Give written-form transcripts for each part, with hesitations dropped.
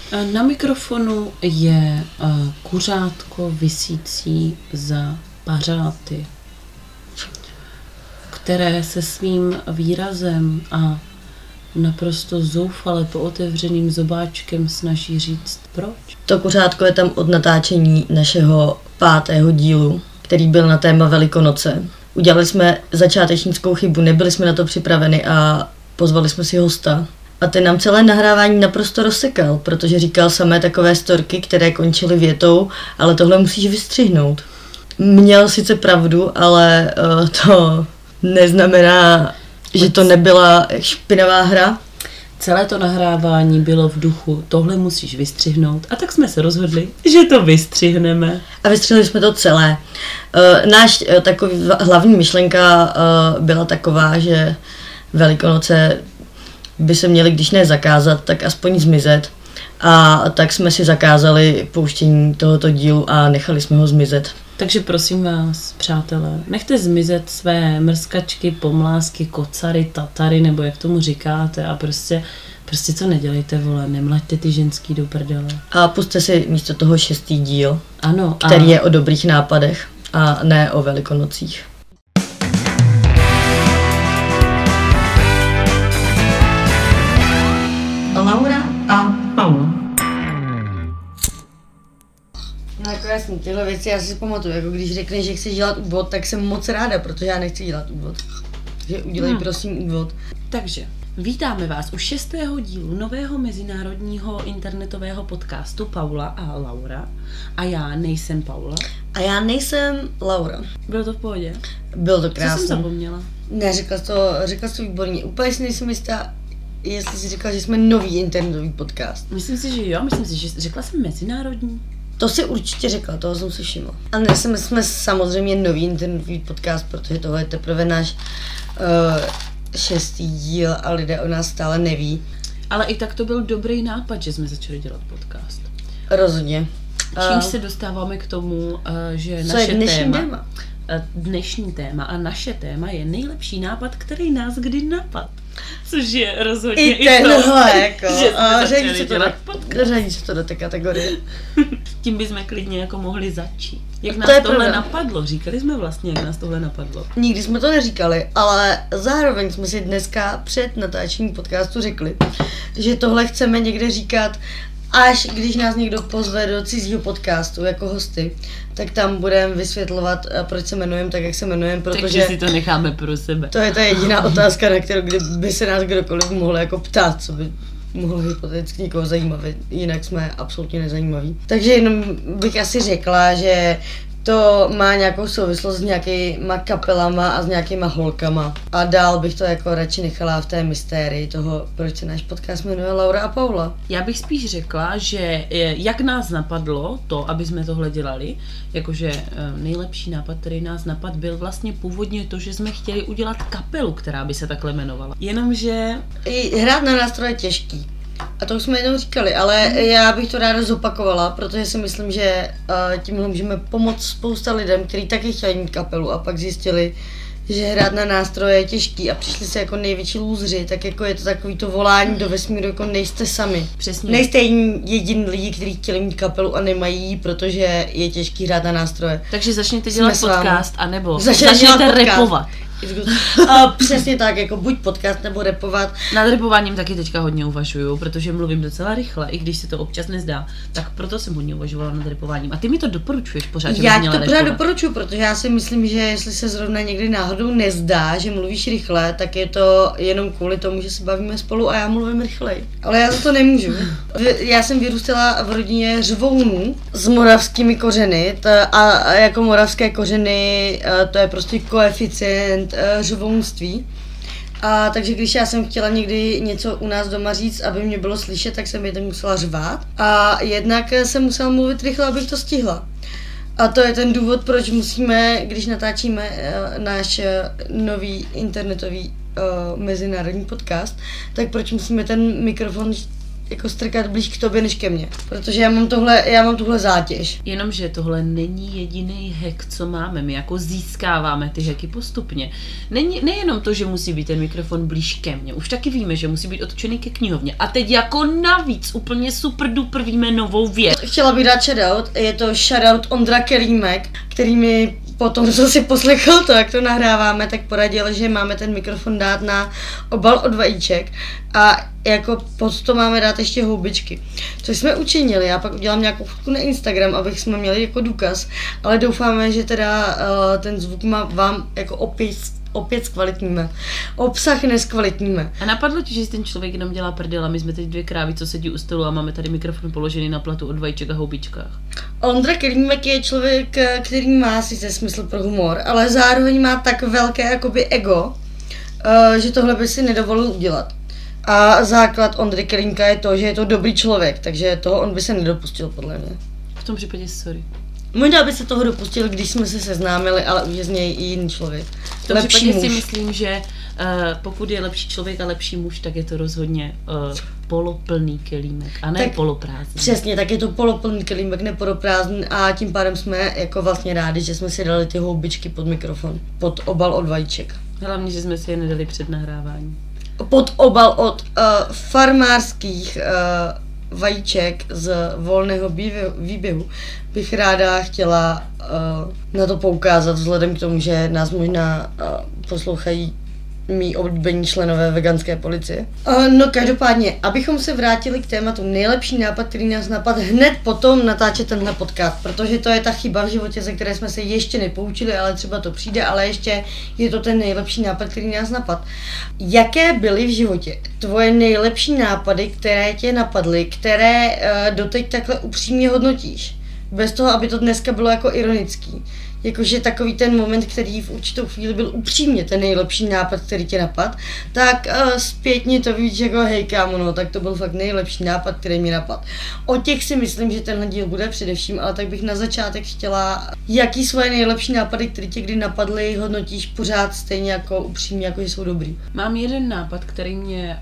Na mikrofonu je kuřátko visící za pařáty, které se svým výrazem a naprosto zoufale pootevřeným zobáčkem snaží říct proč. To kuřátko je tam od natáčení našeho 5. dílu, který byl na téma Velikonoce. Udělali jsme začátečnickou chybu, nebyli jsme na to připraveni a pozvali jsme si hosta. A ten nám celé nahrávání naprosto rozsekal, protože říkal samé takové storky, které končily větou, ale tohle musíš vystřihnout. Měl sice pravdu, ale to neznamená, že to nebyla špinavá hra. Celé to nahrávání bylo v duchu, tohle musíš vystřihnout. A tak jsme se rozhodli, že to vystřihneme. A vystřihli jsme to celé. Náš takový hlavní myšlenka byla taková, že Velikonoce by se měly, když ne zakázat, tak aspoň zmizet. A tak jsme si zakázali pouštění tohoto dílu a nechali jsme ho zmizet. Takže prosím vás, přátelé, nechte zmizet své mrskačky, pomlásky, kocary, tatary, nebo jak tomu říkáte a prostě co nedělejte, vole, nemlaďte ty ženský do prdele. A pusťte si místo toho 6. díl, ano, který je o dobrých nápadech a ne o Velikonocích. Laura a Paula. No jako jasný, tyhle věci já si pamatuju, jako když řekneš, že chceš dělat úvod, tak jsem moc ráda, protože já nechci dělat úvod. Takže udělej prosím úvod. Takže vítáme vás u 6. dílu nového mezinárodního internetového podcastu Paula a Laura. A já nejsem Paula. A já nejsem Laura. Bylo to v pohodě? Bylo to krásné. Co jsem zapomněla? Ne, řekla jsi to výborně. Úplně si nejsem jistá, jestli jsi říkala, že jsme nový internetový podcast. Myslím si, že jo, myslím si, že řekla jsem mezinárodní. To si určitě řekla, toho jsem si všimla. A ne, jsme samozřejmě nový internetový podcast, protože tohle je teprve náš 6. díl a lidé o nás stále neví. Ale i tak to byl dobrý nápad, že jsme začali dělat podcast. Rozhodně. Čímž se dostáváme k tomu, že co naše je dnešní téma a naše téma je nejlepší nápad, který nás kdy napadl. Což je rozhodně i tenhle, jako, že jsme začali dělat podcast. Řadí se to do té kategorie. Tím bychom klidně jako mohli začít. Jak to nás je tohle pravda. napadlo? Říkali jsme vlastně, jak nás tohle napadlo. Nikdy jsme to neříkali, ale zároveň jsme si dneska před natáčením podcastu řekli, že tohle chceme někde říkat, až když nás někdo pozve do cizího podcastu jako hosty, tak tam budeme vysvětlovat, proč se jmenujeme tak, jak se jmenujeme, protože takže si to necháme pro sebe. To je ta jediná otázka, na kterou kdyby se nás kdokoliv mohl jako ptát, co by mohlo hypoteticky někoho zajímat, jinak jsme absolutně nezajímaví. Takže jenom bych asi řekla, že to má nějakou souvislost s nějakýma kapelama a s nějakýma holkama. A dál bych to jako radši nechala v té mystérii toho, proč se náš podcast jmenuje Laura a Paula. Já bych spíš řekla, že jak nás napadlo to, aby jsme tohle dělali, jakože nejlepší nápad, který nás napadl, byl vlastně původně to, že jsme chtěli udělat kapelu, která by se takhle jmenovala. Jenomže hrát na nástroje je těžký. A to už jsme jednou říkali, ale já bych to ráda zopakovala, protože si myslím, že tímhle můžeme pomoct spousta lidem, kteří taky chtěli mít kapelu a pak zjistili, že hrát na nástroje je těžký a přišli se jako největší lůzři, tak jako je to takový to volání do vesmíru, jako nejste sami. Přesně. Nejste jediný lidi, kteří chtěli mít kapelu a nemají ji, protože je těžký hrát na nástroje. Takže začněte dělat podcast, anebo začněte rapovat. Přesně tak, jako buď podcast nebo rapovat. Nad rapováním taky teďka hodně uvažuju, protože mluvím docela rychle, i když se to občas nezdá, tak proto jsem hodně uvažovala nad rapováním. A ty mi to doporučuješ pořád, že já to pořád doporučuji, protože já si myslím, že jestli se zrovna někdy náhodou nezdá, že mluvíš rychle, tak je to jenom kvůli tomu, že se bavíme spolu a já mluvím rychleji. Ale já za to nemůžu. Já jsem vyrůstala v rodině řvounů s moravskými kořeny a jako moravské kořeny to je prostě koeficient řvounství. A takže když já jsem chtěla někdy něco u nás doma říct, aby mě bylo slyšet, tak jsem jednak musela řvát. A jednak jsem musela mluvit rychle, abych to stihla. A to je ten důvod, proč musíme, když natáčíme náš nový internetový mezinárodní podcast, tak proč musíme ten mikrofon jako strkat blíž k tobě než ke mně, protože já mám tuhle zátěž. Jenomže tohle není jediný hack, co máme, my jako získáváme ty hacky postupně. Nejenom to, že musí být ten mikrofon blíž ke mně, už taky víme, že musí být otočený ke knihovně. A teď jako navíc úplně super duper víme novou věc. Chtěla bych dát shoutout, je to shoutout Ondra Kelímek, který mi potom, co si poslechl to, jak to nahráváme, tak poradil, že máme ten mikrofon dát na obal od vajíček a jako pod to máme dát ještě houbičky. Což jsme učinili, já pak udělám nějakou fotku na Instagram, abych jsme měli jako důkaz, ale doufáme, že teda ten zvuk vám jako opět zkvalitníme. Obsah neskvalitníme. A napadlo ti, že ten člověk jenom dělá prdel a my jsme teď 2 krávy, co sedí u stolu a máme tady mikrofon položený na platu od vajíček a houbičkách. Ondra Kelímek je člověk, který má sice smysl pro humor, ale zároveň má tak velké jakoby ego, že tohle by si nedovolil udělat. A základ Ondry Kelímka je to, že je to dobrý člověk, takže toho on by se nedopustil podle mě. V tom případě sorry. Možná by se toho dopustil, když jsme se seznámili, ale už je z něj i jiný člověk. V tom případě si myslím, že pokud je lepší člověk a lepší muž, tak je to rozhodně poloplný kelímek a ne tak poloprázdný. Přesně, tak je to poloplný kelímek, ne poloprázdný a tím pádem jsme jako vlastně rádi, že jsme si dali ty houbičky pod mikrofon, pod obal od vajíček. Hlavně, že jsme si je nedali před nahráváním. Pod obal od farmářských vajíček z volného výběhu bych ráda chtěla na to poukázat, vzhledem k tomu, že nás možná poslouchají mý oblíbení členové veganské policie. No každopádně, abychom se vrátili k tématu, nejlepší nápad, který nás napadl hned potom natáčet tenhle podcast, protože to je ta chyba v životě, ze které jsme se ještě nepoučili, ale třeba to přijde, ale ještě je to ten nejlepší nápad, který nás napadl. Jaké byly v životě tvoje nejlepší nápady, které tě napadly, které doteď takhle upřímně hodnotíš? Bez toho, aby to dneska bylo jako ironický. Jakože takový ten moment, který v určitou chvíli byl upřímně ten nejlepší nápad, který tě napadl, tak zpětně to víš jako hej kámo, no, tak to byl fakt nejlepší nápad, který mi napadl. O těch si myslím, že tenhle díl bude především, ale tak bych na začátek chtěla, jaký svoje nejlepší nápady, které tě kdy napadly, hodnotíš pořád stejně jako upřímně, jako že jsou dobrý. Mám jeden nápad, který mě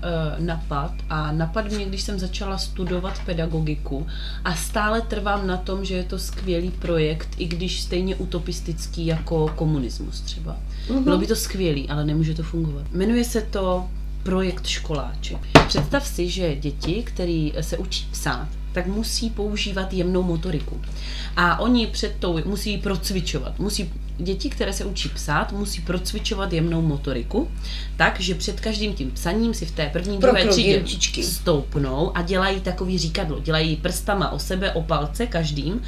napadl mě, když jsem začala studovat pedagogiku a stále trvám na tom, že je to skvělý projekt, i když stejně utopistický jako komunismus třeba. Bylo by to skvělý, ale nemůže to fungovat. Jmenuje se to Projekt školáček. Představ si, že děti, které se učí psát, tak musí používat jemnou motoriku. A oni musí procvičovat. Děti, které se učí psát, musí procvičovat jemnou motoriku, takže před každým tím psaním si v té první druhé třídě stoupnou a dělají takový říkadlo. Dělají prstama o sebe, o palce každým.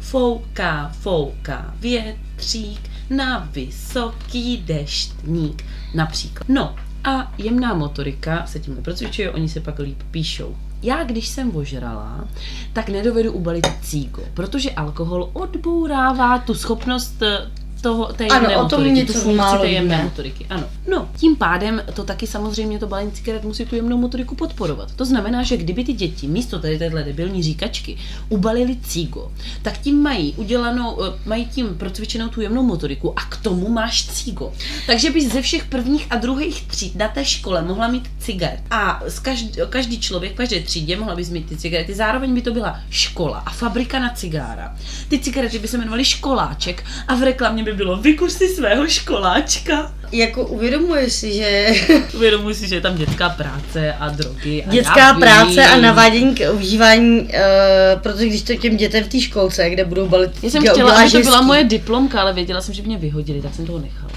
Fouká větřík na vysoký deštník. Například. No a jemná motorika se tím neprocvičuje, oni se pak líp píšou. Já, když jsem ožrala, tak nedovedu ubalit cígo, protože alkohol odbourává tu schopnost té jemné motoriky, tu funkci té jemné motoriky. Ano. No, tím pádem to taky samozřejmě to balení cigaret musí tu jemnou motoriku podporovat. To znamená, že kdyby ty děti místo téhle debilní říkačky ubalili cígo, tak tím mají tím procvičenou tu jemnou motoriku a k tomu máš cígo. Takže bys ze všech prvních a druhých tříd na té škole mohla mít cigaret. A každý člověk v každé třídě mohla bys mít ty cigarety. Zároveň by to byla škola a fabrika na cigára. Ty cigarety by se jmenovaly školáček a v reklamě by bylo vykuř si svého školáčka. Jako uvědomuji si, že je tam dětská práce a drogy a dětská práce a navádění k užívání, protože když to těm dětem v té školce, kde budou balit, já jsem chtěla, aby to byla moje diplomka, ale věděla jsem, že mě vyhodili, tak jsem toho nechala.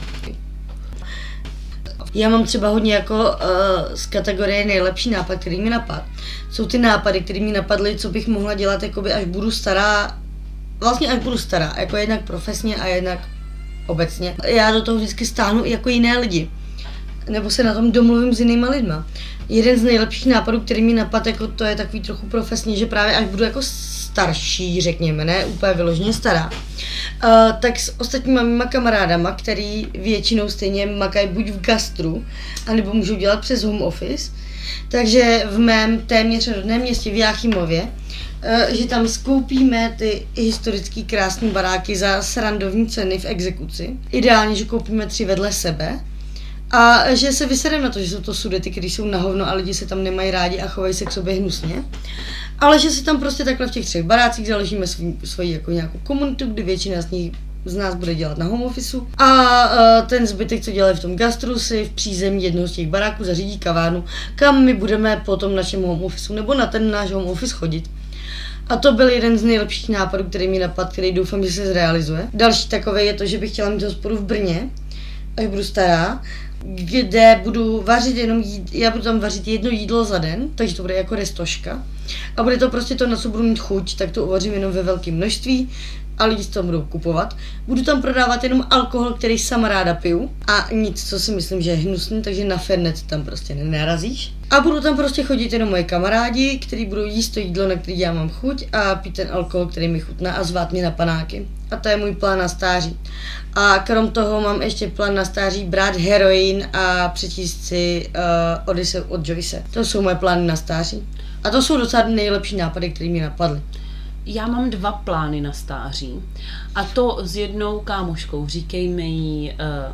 Já mám třeba hodně jako z kategorie nejlepší nápad, který mi napadl. Jsou ty nápady, které mi napadly, co bych mohla dělat, jakoby až budu stará, jako jednak profesně a jednak obecně. Já do toho vždycky stáhnu i jako jiné lidi. Nebo se na tom domluvím s jinýma lidma. Jeden z nejlepších nápadů, který mi napadl, jako to je takový trochu profesně, že právě až budu jako starší, řekněme, ne úplně vyloženě stará, tak s ostatníma mýma kamarádama, který většinou stejně makají buď v gastru, anebo můžou dělat přes home office, takže v mém téměř rodném městě v Jáchymově, že tam skoupíme ty historický krásné baráky za srandovní ceny v exekuci. Ideálně, že koupíme 3 vedle sebe A že se vyserem na to, že jsou to Sudety, které jsou na hovno a lidi se tam nemají rádi a chovají se k sobě hnusně. Ale že si tam prostě takhle v těch 3 barácích založíme svoji jako nějakou komunitu, kdy většina z nás bude dělat na home officeu a ten zbytek, co dělají v tom gastru, si v přízemí jednoho z těch baráků zařídí kavárnu, kam my budeme po tom našem home officeu nebo na ten náš home office chodit. A to byl jeden z nejlepších nápadů, který mi napadl, který doufám, že se zrealizuje. Další takový je to, že bych chtěla mít hospodu v Brně, až budu stará, kde budu vařit já budu tam vařit jedno jídlo za den, takže to bude jako restoška. A bude to prostě to, na co budu mít chuť, tak to uvařím jenom ve velkém množství a lidi si to budou kupovat. Budu tam prodávat jenom alkohol, který sama ráda piju a nic, co si myslím, že je hnusný, takže na Fernet tam prostě nenarazíš. A budu tam prostě chodit jenom moje kamarádi, kteří budou jíst to jídlo, na který já mám chuť a pít ten alkohol, který mi chutná a zvát mě na panáky. A to je můj plán na stáří. A krom toho mám ještě plán na stáří brát heroin a přečíst si Odysseu od Joyce. To jsou moje plány na stáří. A to jsou docela nejlepší nápady, které mi napadly. Já mám 2 plány na stáří. A to s jednou kámoškou. Říkejme jí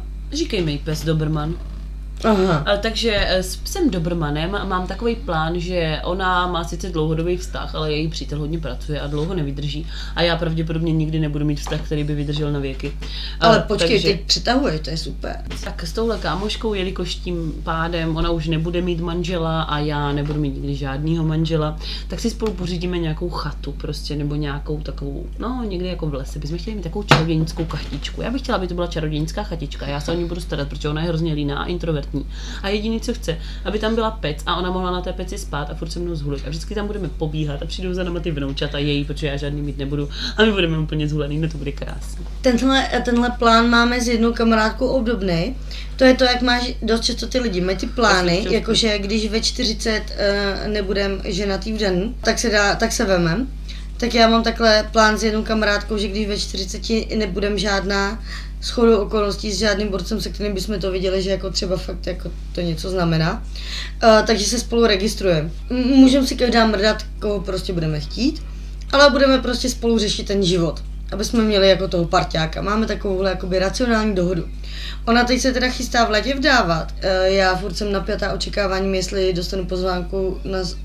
pes Doberman. Aha. Takže s psem Dobermanem mám takový plán, že ona má sice dlouhodobý vztah, ale její přítel hodně pracuje a dlouho nevydrží. A já pravděpodobně nikdy nebudu mít vztah, který by vydržel na věky. Ale počkej, takže, teď přetahuješ, to je super. Tak s touhle kámoškou, jelikož tím pádem ona už nebude mít manžela a já nebudu mít nikdy žádnýho manžela, tak si spolu pořídíme nějakou chatu prostě, nebo nějakou takovou, někdy jako v lese. Bychom chtěli mít takovou čarodějnickou chatičku. Já bych chtěla, aby to byla čarodějnická chatička. Já se o ní budu starat, protože ona je hrozně líná a introvertní. A jediný, co chce, aby tam byla pec a ona mohla na té peci spát a furt se mnou zhulit. A vždycky tam budeme pobíhat a přijdou za náma ty vnoučata její, protože já žádný mít nebudu a my budeme úplně zhulený, no to bude krásný. Tenhle plán máme s jednou kamarádkou obdobný. To je to, jak máš dost často ty lidi, mají ty plány, jakože když ve 40 nebudem ženatý vdaný, tak se vemem. Tak já mám takhle plán s jednou kamarádkou, že když ve 40 nebudem žádná shodou okolností s žádným borcem, se kterým bychom to viděli, že jako třeba fakt jako to něco znamená. Takže se spolu registrujeme. Můžeme si každá mrdat, koho prostě budeme chtít, ale budeme prostě spolu řešit ten život, aby jsme měli jako toho parťáka. Máme takovouhle jakoby racionální dohodu. Ona teď se teda chystá v létě vdávat. Já furt jsem napjatá očekáváním, jestli dostanu pozvánku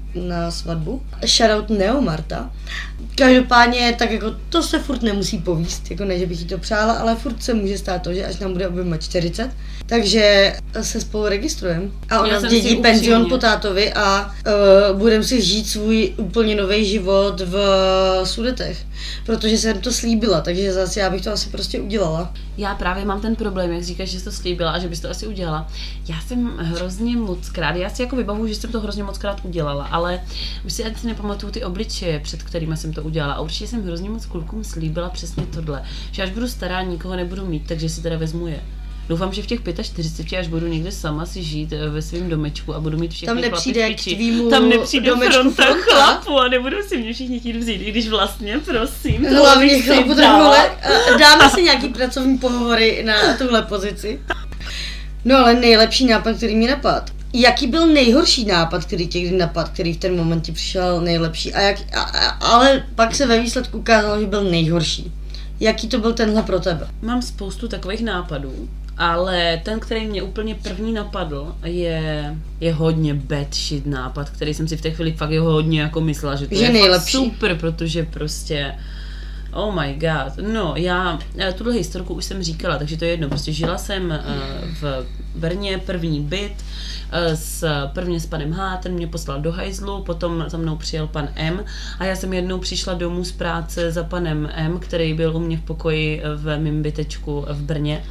na svatbu. Shoutout Neo Marta. Každopádně tak jako to se furt nemusí povíst, jako ne, že bych jí to přála, ale furt se může stát to, že až nám bude oběma 40, takže se spolu registrujeme. A ona zdědí penzion po tátovi a budeme si žít svůj úplně nový život v Sudetech, protože jsem to slíbila, takže zase já bych to asi prostě udělala. Já právě mám ten problém, jak říkáš, že jsi to slíbila a že bys to asi udělala. Já jsem hrozně mockrát, já si jako vybavuju, že jsem to hrozně mockrát udělala, ale už si ani nepamatuju ty obličeje, před kterými jsem to udělala. A určitě jsem hrozně moc klukům slíbila přesně tohle, že až budu stará, nikoho nebudu mít, takže si teda vezmu je. Doufám, že v těch 45, až budu někde sama si žít ve svém domečku a budu mít všechny chlapy v piči. Tam nepřijde fronta chlapů a nebudou si mě všichni chtít vzít, i když vlastně, prosím. Hlavně chlapu dáme si nějaký pracovní pohovory na tuhle pozici. No ale nejlepší nápad, který mi napadl. Jaký byl nejhorší nápad, který tě kdy napadl, který v ten moment ti přišel nejlepší? Ale pak se ve výsledku ukázalo, že byl nejhorší. Jaký to byl tenhle pro tebe? Mám spoustu takových nápadů, ale ten, který mě úplně první napadl, je hodně bad shit nápad, který jsem si v té chvíli fakt hodně jako myslela, že to je nejlepší. Fakt super, protože prostě oh my god. No, já tuhle historku už jsem říkala, takže to je jedno. Prostě žila jsem v Brně, první byt, prvně s panem H, ten mě poslal do hajzlu, potom za mnou přijel pan M a já jsem jednou přišla domů z práce za panem M, který byl u mě v pokoji v mém bytečku v Brně.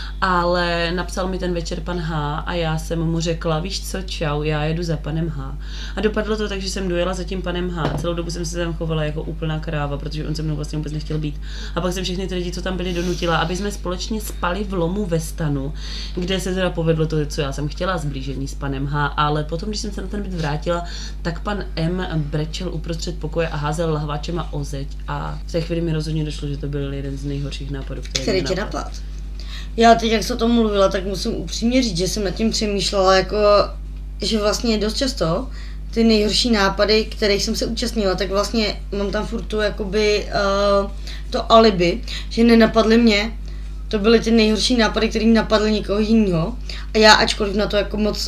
Ale napsal mi ten večer pan H a já jsem mu řekla, víš co, čau, já jedu za panem H. A dopadlo to tak, že jsem dojela za tím panem H. Celou dobu jsem se tam chovala jako úplná kráva, protože on se mnou vlastně vůbec nechtěl být. A pak jsem všechny ty lidi, co tam byli, donutila, aby jsme společně spali v lomu ve stanu, kde se teda povedlo to, co já jsem chtěla, zblížení s panem H. Ale potom, když jsem se na ten byt vrátila, tak pan M brečel uprostřed pokoje a házel lahváčema o zeď. A v té chvíli mi rozhodně došlo, že to byl jeden z nejhorších nápadů, který tě napadl. Já teď, jak se o tom mluvila, tak musím upřímně říct, že jsem nad tím přemýšlela, jako, že vlastně dost často ty nejhorší nápady, kterých jsem se účastnila, tak vlastně mám tam furt tu, jakoby, to alibi, že nenapadly mě, To byly ty nejhorší nápady, které napadly někoho jiného. A já, ačkoliv na to jako moc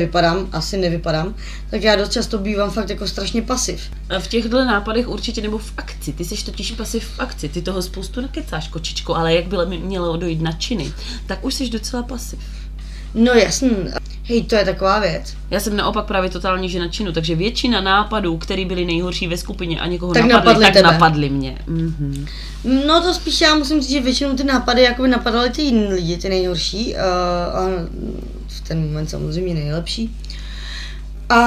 nevypadám, tak já dost často bývám fakt jako strašně pasiv. V těchto nápadech určitě, nebo v akci. Ty jsi totiž pasiv v akci, ty toho spoustu nakecáš, kočičko, ale jak by mělo dojít na činy, tak už jsi docela pasiv. No jasný. Hej, to je taková věc. Já jsem naopak právě totální žena činu, takže většina nápadů, které byly nejhorší ve skupině a někoho tak napadly mě. Mm-hmm. No to spíš já musím říct, že většinou ty nápady jakoby napadaly ty jiný lidi, ty nejhorší a v ten moment samozřejmě nejlepší. A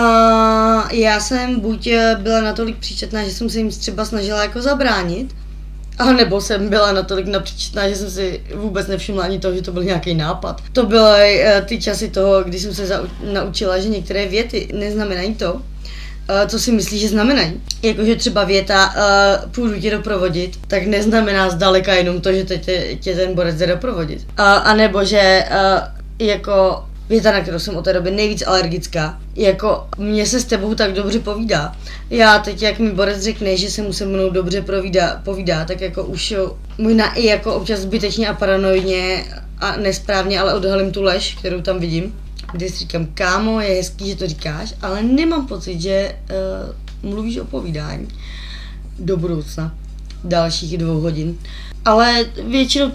já jsem buď byla natolik příčetná, že jsem se jim třeba snažila jako zabránit, a nebo jsem byla natolik napříčetná, že jsem si vůbec nevšimla ani toho, že to byl nějaký nápad. To byly ty časy toho, kdy jsem se naučila, že některé věty neznamenají to, co si myslíš, že znamenají. Jakože třeba věta půjdu tě doprovodit, tak neznamená zdaleka jenom to, že tě ten borec jde doprovodit. A nebo že jako věta, na kterou jsem od té doby nejvíc alergická, jako mně se s tebou tak dobře povídá. Já teď, jak mi borec řekne, že se mu se mnou dobře povídá, tak jako už možná i jako občas zbytečně a paranoidně a nesprávně, ale odhalím tu lež, kterou tam vidím. Když si říkám, kámo, je hezký, že to říkáš, ale nemám pocit, že mluvíš o povídání do budoucna, dalších 2 hodin. Ale většinou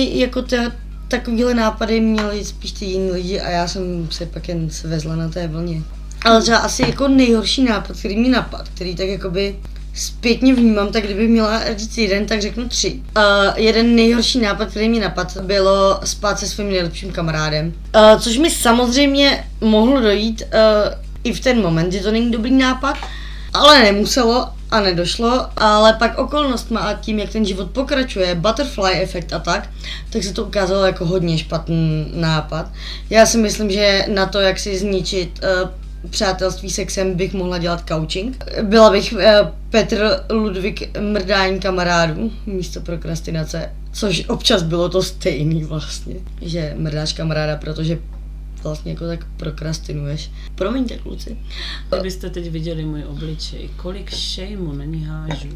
takovýhle nápady měli spíš ty jiní lidi a já jsem se pak jen svezla na té vlně. Ale třeba asi jako nejhorší nápad, který mi napadl, který tak jakoby zpětně vnímám, tak kdyby měla říct jeden, tak řeknu 3. Jeden nejhorší nápad, který mi napadl, bylo spát se svým nejlepším kamarádem. Což mi samozřejmě mohlo dojít i v ten moment, že to není dobrý nápad, ale nemuselo a nedošlo, ale pak okolnostma a tím, jak ten život pokračuje, butterfly efekt a tak se to ukázalo jako hodně špatný nápad. Já si myslím, že na to, jak si zničit přátelství sexem, bych mohla dělat coaching. Byla bych Petr Ludvík mrdání kamarádů místo prokrastinace, což občas bylo to stejný vlastně, že mrdáš kamaráda, protože vlastně jako tak prokrastinuješ. Promiňte, kluci. Kdybyste teď viděli můj obličej, kolik šejmu na ní hážu.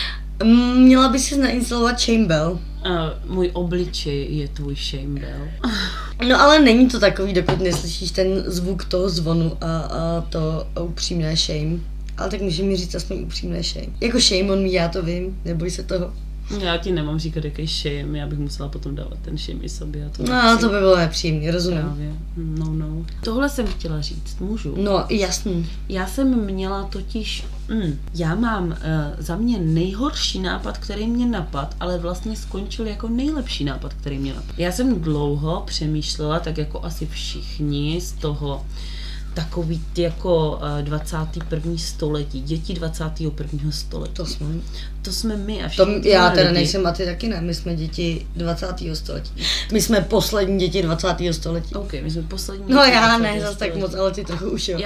Měla by si nainstalovat Shamebell. Můj obličej je tvůj Shamebell. No ale není to takový, dokud neslyšíš ten zvuk toho zvonu a to upřímné shame. Ale tak může mi říct aspoň upřímné shame. Jako shame on me, já to vím, neboj se toho. Já ti nemám říkat, jaký shame, já bych musela potom dávat ten shame i sobě. No, to by bylo nepříjemný, rozumím. Právě, no. Tohle jsem chtěla říct, můžu? No, jasný. Já jsem měla totiž, já mám za mě nejhorší nápad, který mě napadl, ale vlastně skončil jako nejlepší nápad, který mě napadl. Já jsem dlouho přemýšlela, tak jako asi všichni z toho, takový jako 21. století, děti 21. století. To jsme my a všichni. Já teda nejsem a ty taky ne, my jsme děti 20. století. My jsme poslední děti 20. století. OK, my jsme poslední děti. No já ne, zase tak moc, ale ty trochu už jo.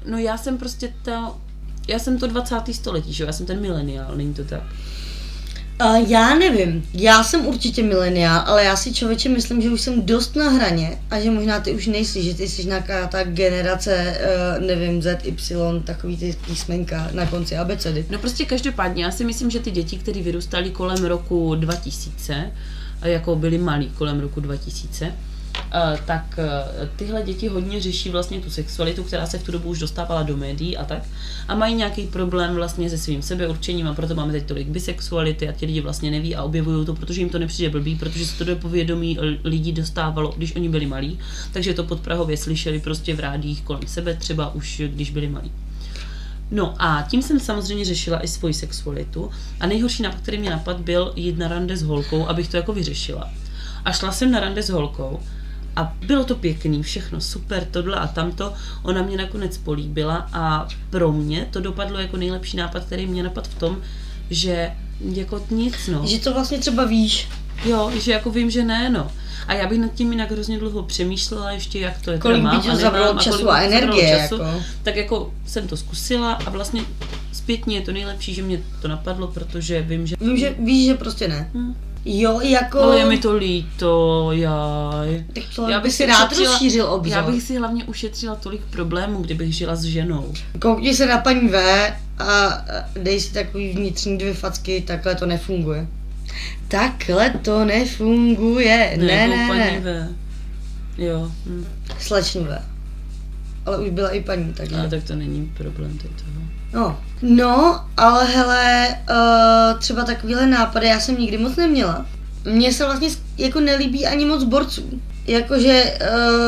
Já jsem to 20. století, že jo, já jsem ten mileniál, není to tak? Já nevím, já jsem určitě mileniál, ale já si člověče myslím, že už jsem dost na hraně a že možná ty už nejsi, že ty jsi nějaká ta generace, nevím, ZY, takový ty písmenka na konci abecedy. No prostě každopádně, já si myslím, že ty děti, které vyrůstaly kolem roku 2000, jako byly malí kolem roku 2000, tak tyhle děti hodně řeší vlastně tu sexualitu, která se v tu dobu už dostávala do médií a tak. A mají nějaký problém vlastně se svým sebeurčením a proto máme teď tolik bisexuality a ti lidi vlastně neví a objevují to, protože jim to nepřijde blbý, protože se to do povědomí lidí dostávalo, když oni byli malí. Takže to podprahově slyšeli prostě v rádiích kolem sebe, třeba už když byli malí. No a tím jsem samozřejmě řešila i svoji sexualitu a nejhorší nápad, který mě napadl, byl jít na rande s holkou, abych to jako vyřešila. A šla jsem na rande s holkou a bylo to pěkný, všechno super, tohle a tamto. Ona mě nakonec políbila a pro mě to dopadlo jako nejlepší nápad, který mě napadl v tom, že jako nic, no. Že to vlastně třeba víš. Jo, že jako vím, že ne, no. A já bych nad tím jinak hrozně dlouho přemýšlela ještě, jak to je. Kolik by to zabralo času a energie, jako. Tak jako jsem to zkusila a vlastně zpětně je to nejlepší, že mě to napadlo, protože vím, že... Víš, že prostě ne. Jo, jako... Ale je mi to líto, jaj. Já bych si rád rozšířil obzor. Já bych si hlavně ušetřila tolik problémů, kdybych žila s ženou. Koukni se na paní V a dej si takový vnitřní 2 facky, takhle to nefunguje. Takhle to nefunguje. Ne. Paní V. Jo. Slečno V. Ale už byla i paní, takže. Ale tak to není problém toho. No, ale hele, třeba takovýhle nápady já jsem nikdy moc neměla. Mně se vlastně jako nelíbí ani moc borců. Jakože,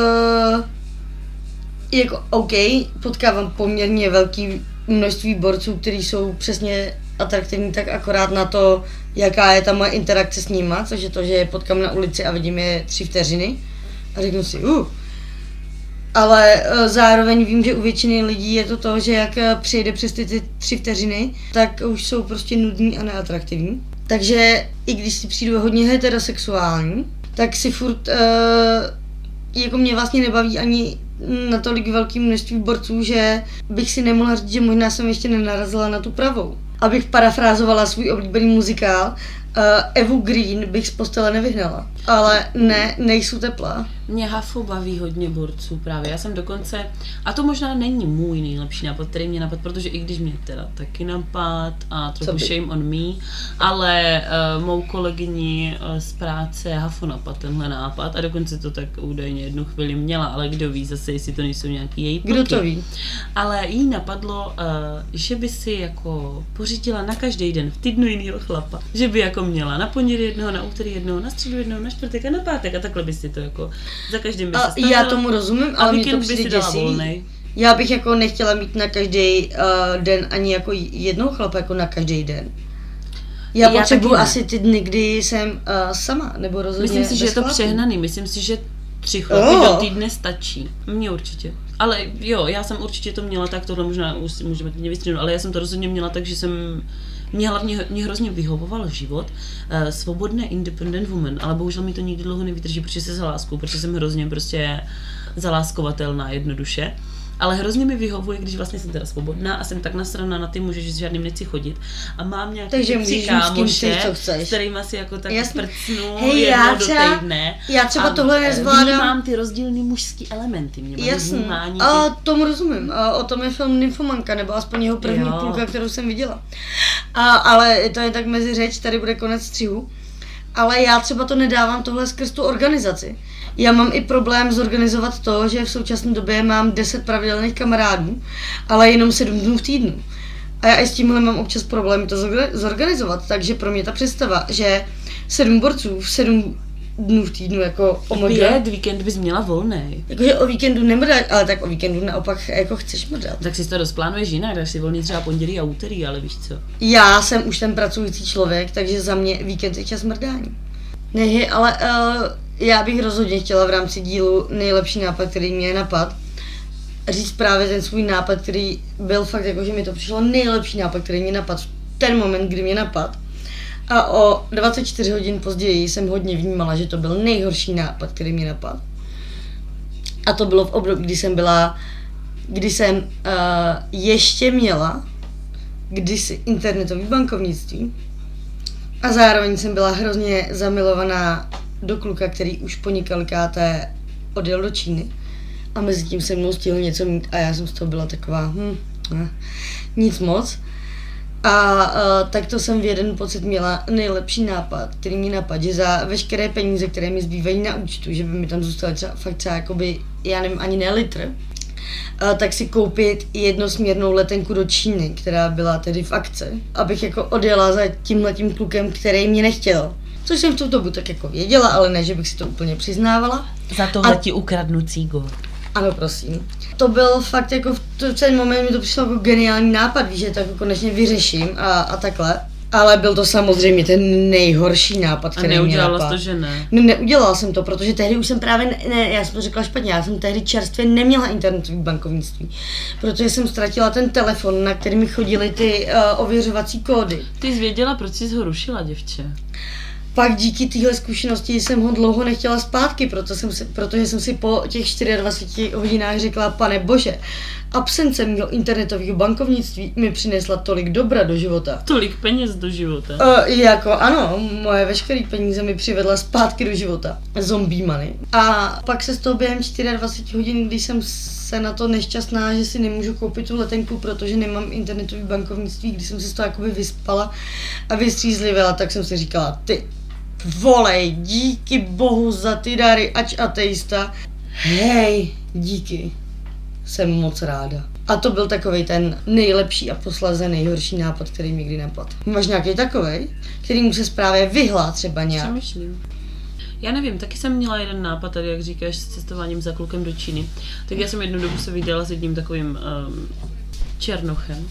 jako OK, potkávám poměrně velký množství borců, kteří jsou přesně atraktivní, tak akorát na to, jaká je ta moje interakce s nima, což je to, že je potkám na ulici a vidím je 3 vteřiny a řeknu si, Ale zároveň vím, že u většiny lidí je to, že jak přijde přes ty 3 vteřiny, tak už jsou prostě nudní a neatraktivní. Takže i když si přijdu hodně heterosexuální, tak si furt, jako mě vlastně nebaví ani natolik velký množství borců, že bych si nemohla říct, že možná jsem ještě nenarazila na tu pravou. Abych parafrázovala svůj oblíbený muzikál, Evu Green bych z postele nevyhnala. Ale ne, nejsou teplá. Mě Hafu baví hodně borců právě. Já jsem dokonce, a to možná není můj nejlepší nápad, který mě napadl, protože i když mě teda taky napad a trochu shame on me, ale mou kolegyni z práce Hafu napad tenhle nápad a dokonce to tak údajně jednu chvíli měla, ale kdo ví zase, jestli to nejsou nějaký její pluky. Kdo to ví? Ale jí napadlo, že by si jako pořídila na každý den v týdnu jinýho chlapa. Že by jako měla na pondělí jednoho, na úterý jednoho, na středu jednoho, na čtvrtek a na pátek a takhle by si to jako za každým by se stavila. Já tomu rozumím, ale mě to přijde děsí. Já bych jako nechtěla mít na každý den ani jako jednoho chlapa jako na každý den. Já potřebuji asi ty dny, kdy jsem sama, nebo rozhodně myslím si, že je to přehnaný, myslím si, že 3 chlapy do týdne stačí. Mně určitě. Ale jo, já jsem určitě to měla tak, tohle možná už můžeme mě vystříhnout, ale já jsem to rozhodně měla tak, že jsem mě hlavně mě hrozně vyhovoval život, svobodné independent woman, ale bohužel mi to nikdy dlouho nevydrží, protože se zaláskou, protože jsem hrozně prostě zaláskovatelná jednoduše. Ale hrozně mi vyhovuje, když vlastně jsem teda svobodná a jsem tak nasraná na ty muže, že s žádným nechci chodit. A mám nějaký tři kámoše, s kterýma si jako tak prcnu jednou do týdne. Já třeba tohle nezvládám. Vnímám ty rozdílný mužský elementy. Jasně, a tomu rozumím. O tom je film Nymfomanka, nebo aspoň jeho první půlka, kterou jsem viděla. Ale to je tak mezi řeč, tady bude konec střihu. Ale já třeba to nedávám tohle skrz tu organizaci. Já mám i problém zorganizovat to, že v současné době mám 10 pravidelných kamarádů, ale jenom 7 dnů v týdnu. A já i s tímhle mám občas problém to zorganizovat, takže pro mě ta představa, že 7 borců v 7 dnů v týdnu jako omega. 5 víkend bys měla volnej. Jakože o víkendu nemrdat, ale tak o víkendu naopak jako chceš mrdat. Tak si to rozplánuješ jinak, dáš si volný třeba pondělí a úterý, ale víš co. Já jsem už ten pracující člověk, takže za mě víkend je čas mrdání. Ne, ale já bych rozhodně chtěla v rámci dílu nejlepší nápad, který mě napad, říct právě ten svůj nápad, který byl fakt jako, že mi to přišlo nejlepší nápad, který mě napad v ten moment, kdy mě napad. A o 24 hodin později jsem hodně vnímala, že to byl nejhorší nápad, který mě napad. A to bylo v období, kdy jsem ještě měla kdysi internetový bankovnictví. A zároveň jsem byla hrozně zamilovaná do kluka, který už po několikáté odjel do Číny. A mezi tím se mnou stihl něco mít a já jsem z toho byla taková, nic moc. A tak to jsem v jeden pocit měla nejlepší nápad, který mi napadl, že za veškeré peníze, které mi zbývají na účtu, že by mi tam zůstaly třeba jakoby, já nevím, ani ne litr, tak si koupit jednosměrnou letenku do Číny, která byla tedy v akci, abych jako odjela za tímhletím klukem, který mě nechtěl. Což jsem v tu dobu tak jako věděla, ale ne, že bych si to úplně přiznávala. Za tohle ti ukradnu cígo. Ano, prosím. To byl fakt jako v ten moment mi to přišlo jako geniální nápad, víš, že to jako konečně vyřeším a takhle. Ale byl to samozřejmě ten nejhorší nápad, který mě napadl. A neudělala to, že ne? Neudělala jsem to, protože tehdy už jsem právě, já jsem to řekla špatně, já jsem tehdy čerstvě neměla internetový bankovnictví, protože jsem ztratila ten telefon, na který mi chodily ty ověřovací kódy. Ty jsi věděla, proč jsi ho rušila, děvče? Pak díky téhle zkušenosti jsem ho dlouho nechtěla zpátky, protože jsem si po těch 24 hodinách řekla, pane bože, absence mého internetového bankovnictví mi přinesla tolik dobra do života. Tolik peněz do života. Jako ano, moje veškeré peníze mi přivedla zpátky do života. Zombie money. A pak se z toho během 24 hodin, když jsem se na to nešťastná, že si nemůžu koupit tu letenku, protože nemám internetový bankovnictví, když jsem se z toho jakoby vyspala a vystřízlivěla, tak jsem si říkala, ty volej, díky bohu za ty dary, ač ateista. Hej, díky, jsem moc ráda. A to byl takovej ten nejlepší a posléze nejhorší nápad, který mi kdy napadl. Máš nějaký takovej, který mu se právě vyhlá třeba nějak? Přemýšlím. Já nevím, taky jsem měla jeden nápad tady, jak říkáš, s cestováním za klukem do Číny. Tak já jsem jednu dobu se viděla s jedním takovým černochem.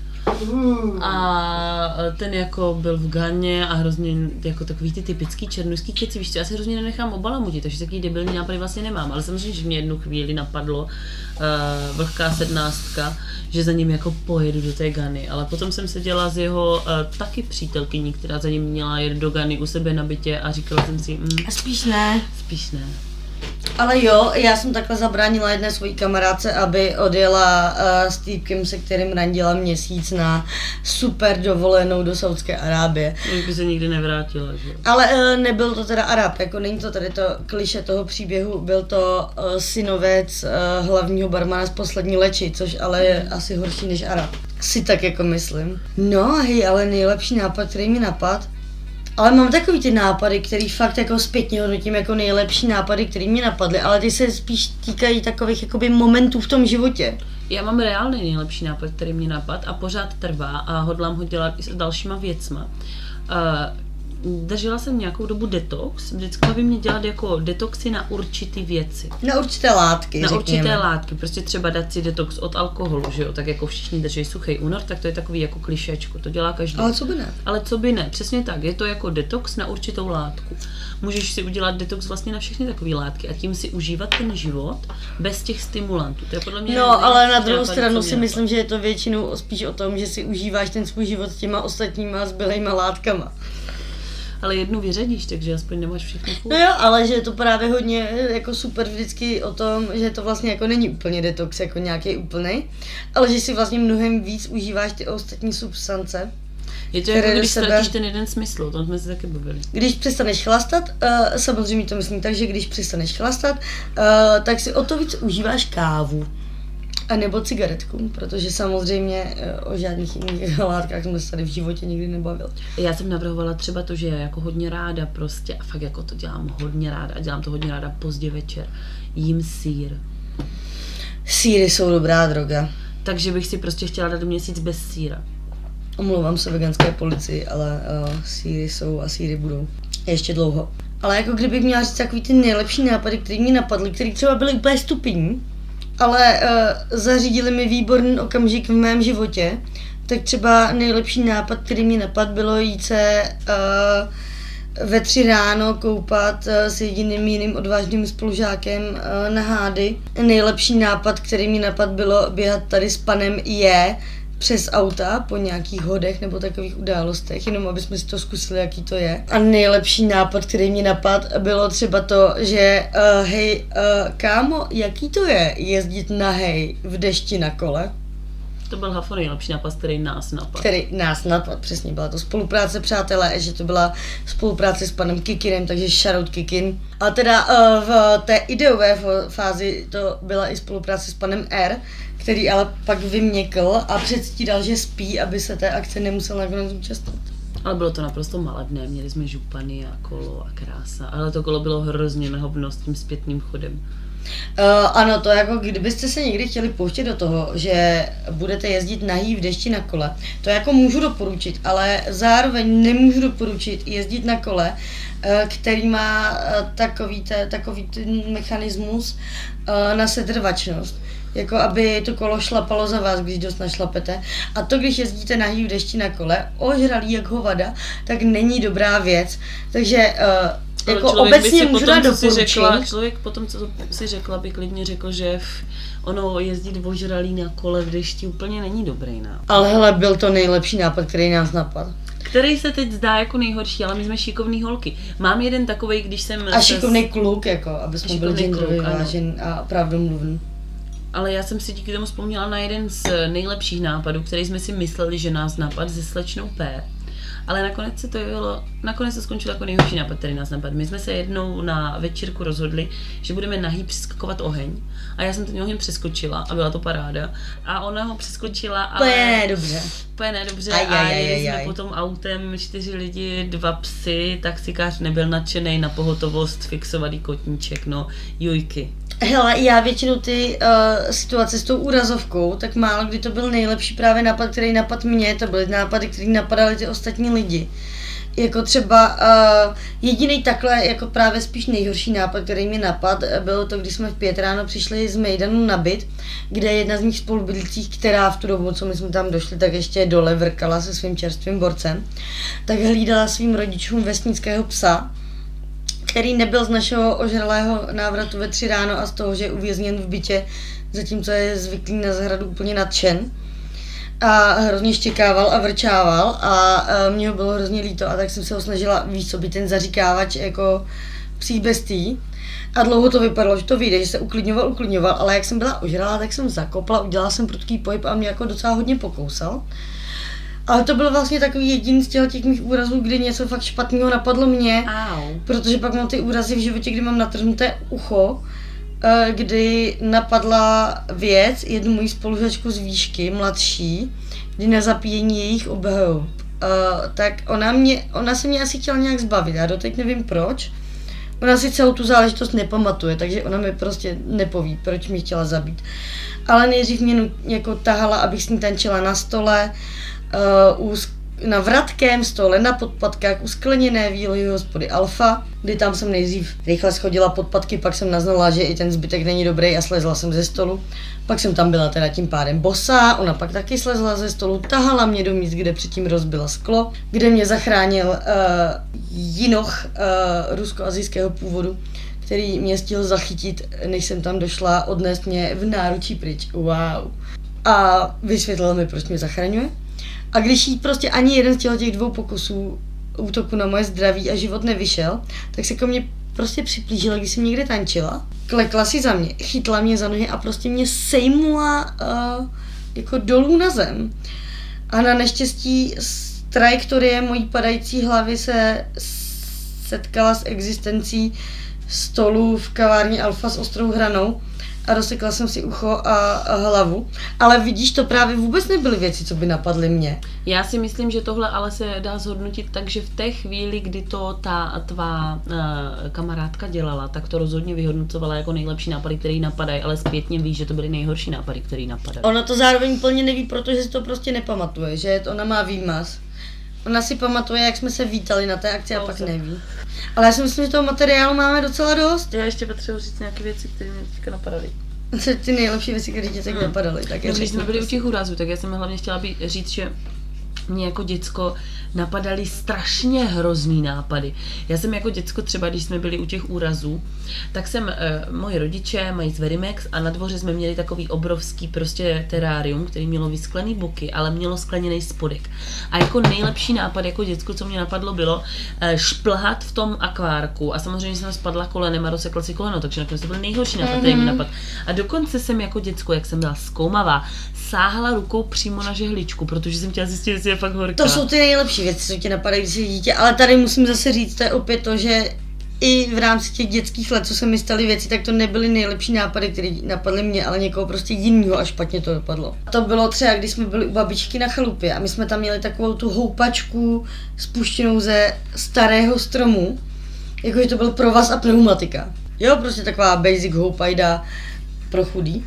A ten jako byl v Ghaně a hrozně jako takový ty typický černošský keci, víš co, já se hrozně nenechám obalamutit, takže takový debilní nápady vlastně nemám, ale samozřejmě, že mě jednu chvíli napadlo vlhká 17, že za ním jako pojedu do té Ghany, ale potom jsem seděla s jeho taky přítelkyní, která za ním měla jet do Ghany u sebe na bytě a říkala jsem si, Spíš ne. Spíš ne. Ale jo, já jsem takhle zabránila jedné svojí kamarádce, aby odjela s týpkem, se kterým randila měsíc na super dovolenou do Saudské Arábie. Už by se nikdy nevrátila, že? Ale nebyl to teda Arab, jako není to tady to kliše toho příběhu, byl to synovec hlavního barmana z Poslední leči, což ale je asi horší než Arab. Si tak jako myslím. No hej, ale nejlepší nápad, který mi napadl, ale mám takový ty nápady, který fakt jako zpětně hodnotím jako nejlepší nápady, které mě napadly, ale ty se spíš týkají takových jakoby momentů v tom životě. Já mám reálný nejlepší nápad, který mě napadl a pořád trvá a hodlám ho dělat i s dalšíma věcma. Držela jsem nějakou dobu detox, vždycky by mě dělat jako detoxy na určitý věci. Na určité látky, Na řekněme. určité látky, prostě třeba dát si detox od alkoholu, že jo, tak jako všichni drží suchý únor, tak to je takový jako klišečko, to dělá každý. Ale co by ne? Ale co by ne, přesně tak, je to jako detox na určitou látku. Můžeš si udělat detox vlastně na všechny takové látky a tím si užívat ten život bez těch stimulantů. To je podle mě No, ale na druhou nápad, stranu co si mě myslím, že je to většinou spíš o tom, že si užíváš ten svůj život těma ostatníma zbylejma látkama. Ale jednu vyřadíš, takže aspoň nemáš všechno furt. No jo, ale že je to právě hodně jako super vždycky o tom, že to vlastně jako není úplně detox jako nějaký úplnej, ale že si vlastně mnohem víc užíváš ty ostatní substance. Je to jako když ztratíš ten jeden smysl, o tom jsme se taky bavili. Když přestaneš chlastat, samozřejmě to myslím tak, že když přestaneš chlastat, tak si o to víc užíváš kávu. A nebo cigaretku, protože samozřejmě o žádných jiných látkách jsme se tady v životě nikdy nebavili. Já jsem navrhovala třeba to, že já jako hodně ráda prostě, a fakt jako to dělám hodně ráda, a dělám to hodně ráda pozdě večer, jím sýr. Sýry jsou dobrá droga. Takže bych si prostě chtěla dát měsíc bez sýra. Omlouvám se veganské policii, ale sýry jsou a sýry budou. Ještě dlouho. Ale jako kdybych měla říct takový ty nejlepší nápady, které mě napadly, které třeba byly úplně stupidní, ale zařídili mi výborný okamžik v mém životě, tak třeba nejlepší nápad, který mi napadl, bylo jít se ve 3 ráno koupat s jediným jiným odvážným spolužákem na Hády. Nejlepší nápad, který mi napadl, bylo běhat tady s panem Je přes auta po nějakých hodech nebo takových událostech, jenom aby jsme si to zkusili, jaký to je. A nejlepší nápad, který mě napadl, bylo třeba to, že kámo, jaký to je jezdit nahej v dešti na kole? To byl Hafo nejlepší nápad, který nás napadl. Který nás napadl, přesně, byla to spolupráce, přátelé, že to byla spolupráce s panem Kikinem, takže shoutout Kikin. A teda v té ideové fázi to byla i spolupráce s panem R, který ale pak vyměkl a předstíral, že spí, aby se té akce nemusel nakonec účastnit. Ale bylo to naprosto malebné, měli jsme župany a kolo a krása, ale to kolo bylo hrozně na hovno s tím zpětným chodem. Ano, to jako kdybyste se někdy chtěli pouštět do toho, že budete jezdit nahý v dešti na kole, to jako můžu doporučit, ale zároveň nemůžu doporučit jezdit na kole, který má takový ten mechanismus na setrvačnost. Jako aby to kolo šlapalo za vás, když dost našlapete. A to, když jezdíte nahý v dešti na kole, ožralý jak hovada, tak není dobrá věc. Takže jako obecně můžu dát doporučení. Člověk potom, co si řekla, by klidně řekl, že ono jezdit ožralý na kole v dešti úplně není dobrý nápad. Ale hele, byl to nejlepší nápad, který nás napadl. Který se teď zdá jako nejhorší, ale my jsme šikovný holky. Mám jeden takovej, když jsem... A šikovný kluk, jako, aby jsme byli genderově vážen a pravdomluvný. Ale já jsem si díky tomu vzpomněla na jeden z nejlepších nápadů, který jsme si mysleli, že nás napadl se slečnou P. Ale nakonec se skončilo jako nejhorší nápad, který nás napadl. My jsme se jednou na večírku rozhodli, že budeme nahý přeskakovat oheň. A já jsem ten oheň přeskočila a byla to paráda. A ona ho přeskočila, ale... Úplně nedobře. A jeli jsme potom autem 4 lidi, 2 psy, taxikář nebyl nadšenej, na pohotovost fixovaný kotníček, no, jujky. Hele, já většinou ty situace s tou úrazovkou, tak málo kdy to byl nejlepší právě nápad, který napadl mě, to byly nápady, který napadaly ty ostatní lidi. Jako třeba jediný takhle, jako právě spíš nejhorší nápad, který mi napadl, bylo to, když jsme v 5 ráno přišli z Mejdanu na byt, kde jedna z mých spolubydlících, která v tu dobu, co my jsme tam došli, tak ještě dole vrkala se svým čerstvým borcem, tak hlídala svým rodičům vesnického psa, který nebyl z našeho ožralého návratu ve 3 ráno a z toho, že je uvězněn v bytě, zatímco je zvyklý na zahradu úplně nadšen. A hrozně štěkával a vrčával a mě ho bylo hrozně líto a tak jsem se ho snažila, víc co by ten zaříkávač jako psí bestí. A dlouho to vypadalo, že to vyjde, že se uklidňoval, ale jak jsem byla ožralá, tak jsem zakopla, udělala jsem prudký pohyb a mě jako docela hodně pokousal. Ale to byl vlastně takový jediný z těch mých úrazů, kdy něco fakt špatného napadlo mě, protože pak mám ty úrazy v životě, kdy mám natrhnuté ucho, kdy napadla věc, jednu moji spolužačku z výšky, mladší, kdy na zapíjení jejich obehou. Tak ona se mě asi chtěla nějak zbavit, já doteď nevím proč. Ona si celou tu záležitost nepamatuje, takže ona mi prostě nepoví, proč mě chtěla zabít. Ale nejdřív mě jako tahala, abych s ní tančila na stole, na vratkém stole, na podpatkách u skleněné výlohy hospody Alfa, kdy tam jsem nejdřív rychle schodila podpatky, pak jsem naznala, že i ten zbytek není dobrý a slezla jsem ze stolu. Pak jsem tam byla teda tím pádem bosá, ona pak taky slezla ze stolu, tahala mě do míst, kde předtím rozbila sklo, kde mě zachránil jinoch rusko-asijského původu, který mě stihl zachytit, než jsem tam došla, odnést mě v náručí pryč. Wow. A vysvětlil mi, proč mě zachraňuje. A když jí prostě ani jeden z těch 2 pokusů útoku na moje zdraví a život nevyšel, tak se ke mně prostě připlížila, když jsem někde tančila. Klekla si za mě, chytla mě za nohy a prostě mě sejmula jako dolů na zem. A na neštěstí trajektorie mojí padající hlavy se setkala s existencí stolu v kavárně Alfa s ostrou hranou a rozsekla jsem si ucho a hlavu. Ale vidíš, to právě vůbec nebyly věci, co by napadly mě. Já si myslím, že tohle ale se dá zhodnotit tak, že v té chvíli, kdy to ta tvá kamarádka dělala, tak to rozhodně vyhodnocovala jako nejlepší nápady, které napadají, ale zpětně víš, že to byly nejhorší nápady, které napadají. Ona to zároveň plně neví, protože si to prostě nepamatuje, že ona má výmaz. Ona si pamatuje, jak jsme se vítali na té akci a pak neví. Ale já si myslím, že toho materiálu máme docela dost. Já ještě potřebuji říct nějaké věci, které mě teďka napadaly. Ty nejlepší věci, které tě tak napadaly. Když jsme byli u těch úrazů, tak já jsem hlavně chtěla říct, že mě jako děcko napadaly strašně hrozný nápady. Já jsem jako děcko třeba, když jsme byli u těch úrazů, tak jsem, moji rodiče mají Zverimex a na dvoře jsme měli takový obrovský prostě terárium, který mělo vysklený boky, ale mělo skleněný spodek. A jako nejlepší nápad jako děcko, co mě napadlo, bylo šplhat v tom akvárku a samozřejmě jsem spadla kolenem a rozsekla si koleno, takže nakonec to byl nejhorší nápad, který mi napad. A dokonce jsem jako děcko, jak jsem byla zkoumavá, sáhla rukou přímo na žehličku, protože jsem chtěla zjistit, jestli je fakt horká. To jsou ty nejlepší věci, co ti napadají, když jsi dítě, ale tady musím zase říct, to je opět to, že i v rámci těch dětských let, co se mi staly věci, tak to nebyly nejlepší nápady, které napadly mě, ale někoho prostě jinýho a špatně to dopadlo. To bylo třeba, když jsme byli u babičky na chalupě a my jsme tam měli takovou tu houpačku spuštěnou ze starého stromu, jakože to byl provaz a pneumatika. Jo, prostě taková basic houpajda pro chudý.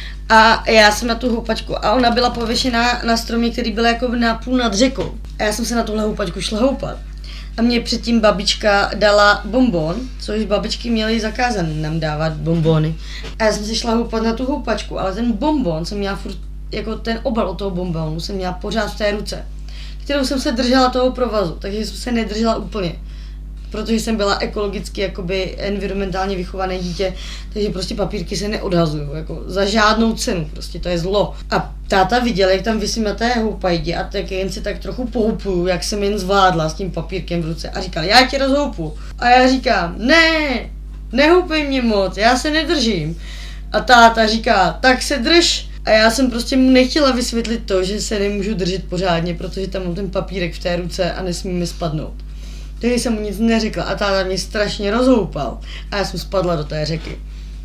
A já jsem na tu houpačku a ona byla pověšená na stromě, který byl jako napůl nad řekou. A já jsem se na tuhle houpačku šla houpat. A mě předtím babička dala bonbon, což babičky měly zakázané nám dávat bonbony. A já jsem se šla houpat na tu houpačku, ale ten bonbon jsem měla furt, jako ten obal od toho bonbonu jsem měla pořád v té ruce, kterou jsem se držela toho provazu, takže jsem se nedržela úplně. Protože jsem byla ekologicky, jakoby environmentálně vychované dítě, takže prostě papírky se neodhazují, jako za žádnou cenu, prostě to je zlo. A táta viděl, jak tam visím na té houpajdě a tak jen si tak trochu pohoupuju, jak jsem jen zvládla s tím papírkem v ruce a říkal, já tě rozhoupu. A já říkám, nehoupej mě moc, já se nedržím. A táta říká, tak se drž. A já jsem prostě mu nechtěla vysvětlit to, že se nemůžu držet pořádně, protože tam mám ten papírek v té ruce a nesmí mi spadnout. Takže jsem mu nic neřekla a táta mě strašně rozhoupal a já jsem spadla do té řeky.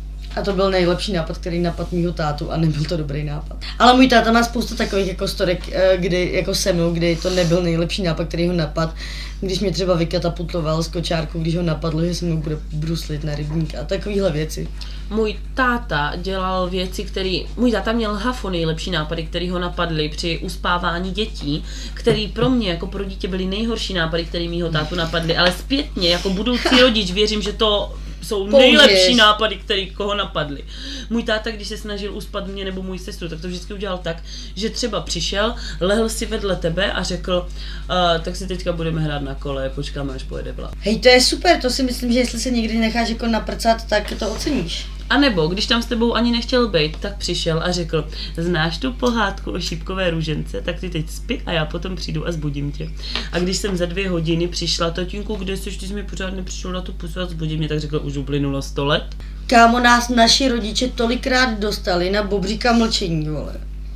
A to byl nejlepší nápad, který napadl mýho tátu a nebyl to dobrý nápad. Ale můj táta má spoustu takových jako storek, kdy, jako se mnou, kdy to nebyl nejlepší nápad, který ho napadl. Když mě třeba vykatapultoval z kočárku, když ho napadlo, že se mnou bude bruslit na rybník a takovýhle věci. Můj táta dělal věci, můj táta měl hafo nejlepší nápady, které ho napadly při uspávání dětí, který pro mě jako pro dítě byly nejhorší nápady, které mýho tátu napadly, ale zpětně jako budoucí rodič věřím, že to jsou nejlepší nápady, které koho napadly. Můj táta, když se snažil uspat mě nebo můj sestru, tak to vždycky udělal tak, že třeba přišel, lehl si vedle tebe a řekl, tak si teďka budeme hrát na kole, počkáme, až pojede vlak. Hej, to je super, to si myslím, že jestli se někdy necháš jako naprcat, tak to oceníš. A nebo, když tam s tebou ani nechtěl být, tak přišel a řekl, znáš tu pohádku o šípkové růžence, tak ty teď spí a já potom přijdu a zbudím tě. A když jsem za 2 hodiny přišla, tatínku, kde jsi, ty jsi mi pořád nepřišel na tu pusu a zbudím mě, tak řekl, už uplynulo 100 let. Kámo, nás naši rodiče tolikrát dostali na bobříka mlčení, vole.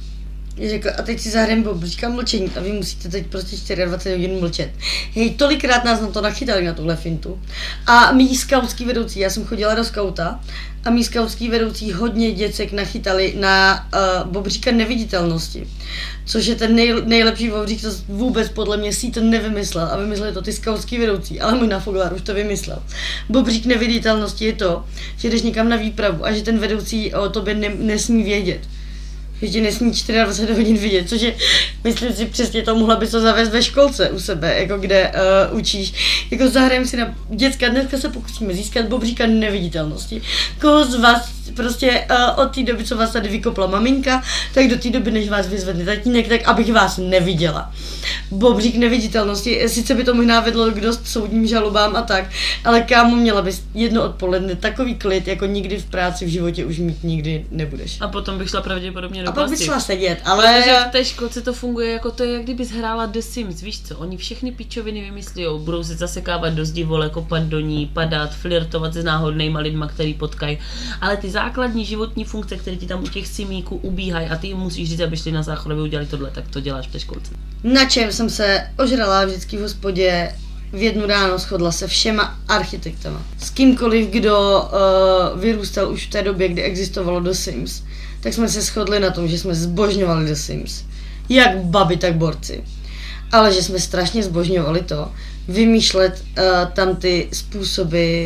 Řekl, a teď si zahrajeme bobříka mlčení a vy musíte teď prostě 24 hodin mlčet. Hej, tolikrát nás na to nachytali, na tuhle fintu. A mý skautský vedoucí, já jsem chodila do skauta, a mý skautský vedoucí hodně děcek nachytali na bobříka neviditelnosti. Což je ten nejlepší bobřík, co vůbec podle mě si to nevymyslel. A vymysleli to ty skautský vedoucí, ale můj nafoglar už to vymyslel. Bobřík neviditelnosti je to, že jdeš někam na výpravu a že ten vedoucí o tobě nesmí vědět. Že tě nesmí 24 hodin vidět, což je, myslím si, přesně to mohla bys to zavést ve školce u sebe, jako kde učíš. Jako zahrajeme si na děcka, dneska se pokusíme získat bobříka neviditelnosti. Koho z vás prostě od té doby, co vás tady vykopla maminka, tak do té doby, než vás vyzvedne tatínek, tak abych vás neviděla. Bobřík neviditelnosti, sice by to možná vedlo k dost soudním žalobám a tak, ale kámo, měla bys jedno odpoledne takový klid, jako nikdy v práci v životě už mít nikdy nebudeš. A potom bych šla pravděpodobně do a pak bys šla sedět, ale... Protože v té školce to funguje jako to je, jak kdybys hrála The Sims, víš co, oni všechny pičoviny vymyslíjou, budou se zasekávat do zdi, vole, kopat do ní, padat, flirtovat se náhodnýma lidma, který potkají, ale ty základní životní funkce, které ti tam u těch simíků ubíhají a ty jim musíš říct, aby šli na záchod, aby udělali tohle, tak to děláš v té školce. Na čem jsem se ožrala vždycky v hospodě, v jednu ráno shodla se všema architektama. S kýmkoliv, kdo vyrůstal už v té době, kdy existovalo The Sims, tak jsme se shodli na tom, že jsme zbožňovali The Sims. Jak babi, tak borci. Ale že jsme strašně zbožňovali to, vymýšlet tam ty způsoby,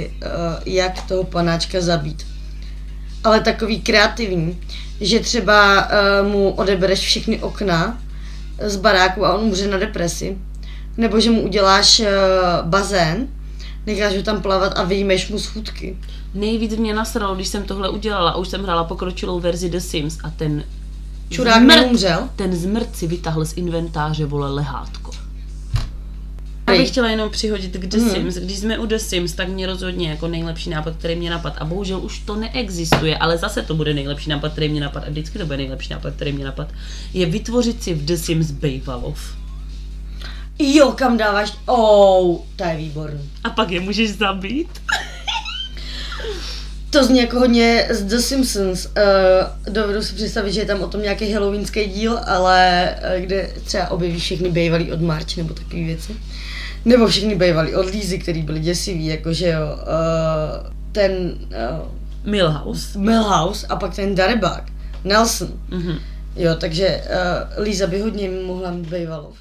jak toho panáčka zabít. Ale takový kreativní, že třeba mu odebereš všechny okna z baráku a on umře na depresi. Nebo že mu uděláš bazén, necháš ho tam plavat a vyjmeš mu schůdky. Nejvíc mě nasralo, když jsem tohle udělala a už jsem hrála pokročilou verzi The Sims a ten čurák neumřel. Ten zmrt si vytáhl z inventáře, vole, lehátko. Já bych chtěla jenom přihodit k The Sims. Když jsme u The Sims, tak mě rozhodně jako nejlepší nápad, který mě napadl. A bohužel už to neexistuje, ale zase to bude nejlepší nápad, který mě napadl. A vždycky to bude nejlepší nápad, který mě napadl. Je vytvořit si v The Sims Bejvalov. Jo, kam dáváš? To je výborný. A pak je můžeš zabít? To zní jako hodně z The Simpsons. Dovedu si představit, že je tam o tom nějaký halloweenský díl, ale kde třeba objeví všechny bejvalí od March nebo takové věci. Nebo všechny bejvalí od Lízy, který byli děsivý, jakože jo, ten... Milhouse a pak ten darebák, Nelson. Mm-hmm. Jo, takže Líza by hodně mohla mít bejvalov.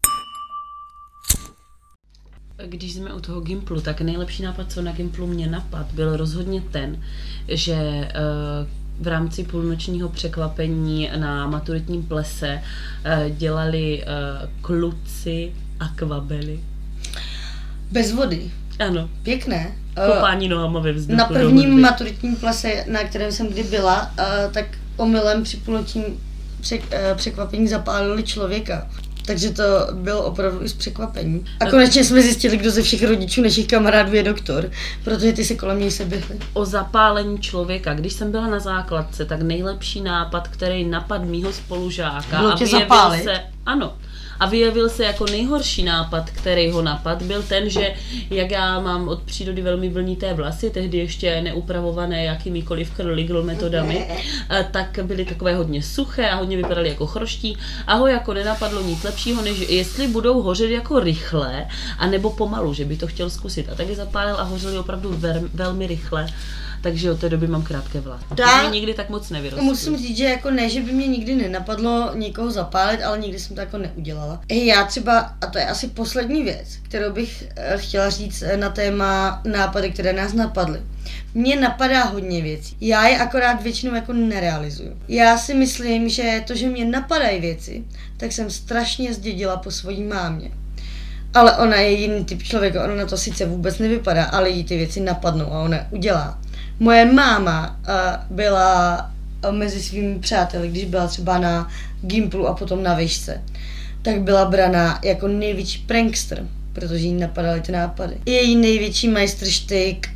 Když jsme u toho Gimplu, tak nejlepší nápad, co na Gimplu mě napadl, byl rozhodně ten, že v rámci půlnočního překvapení na maturitním plese dělali kluci akvabely. Bez vody. Ano. Pěkné. Kopání nohama ve vzduchu. Na prvním maturitním plese, na kterém jsem kdy byla, tak omylem při půlnočním překvapení zapálili člověka. Takže to bylo opravdu i s překvapením. A konečně jsme zjistili, kdo ze všech rodičů našich kamarádů je doktor, protože ty se kolem něj seběhly. O zapálení člověka. Když jsem byla na základce, tak nejlepší nápad, který napadl mýho spolužáka, bylo tě zapálit? Ano. A vyjevil se jako nejhorší nápad, který ho napad, byl ten, že jak já mám od přírody velmi vlnité vlasy, tehdy ještě neupravované jakýmikoliv curly girl metodami, tak byly takové hodně suché a hodně vypadaly jako chroští a ho jako nenapadlo nic lepšího, než jestli budou hořet jako rychle, anebo pomalu, že by to chtěl zkusit. A tak je zapálil a hořeli opravdu velmi rychle. Takže od té doby mám krátké vlasy. To mi nikdy tak moc nevyrostly. Musím říct, že jako ne, že by mě nikdy nenapadlo někoho zapálit, ale nikdy jsem to jako neudělala. Já třeba, a to je asi poslední věc, kterou bych chtěla říct na téma nápady, které nás napadly. Mně napadá hodně věcí. Já je akorát většinou jako nerealizuju. Já si myslím, že to, že mě napadají věci, tak jsem strašně zdědila po svojí mámě. Ale ona je jiný typ člověka, ona na to sice vůbec nevypadá, ale jí ty věci napadnou a ona udělá. Moje máma byla mezi svými přáteli, když byla třeba na Gimplu a potom na výšce, tak byla braná jako největší prankster, protože jí napadaly ty nápady. Její největší majstrštyk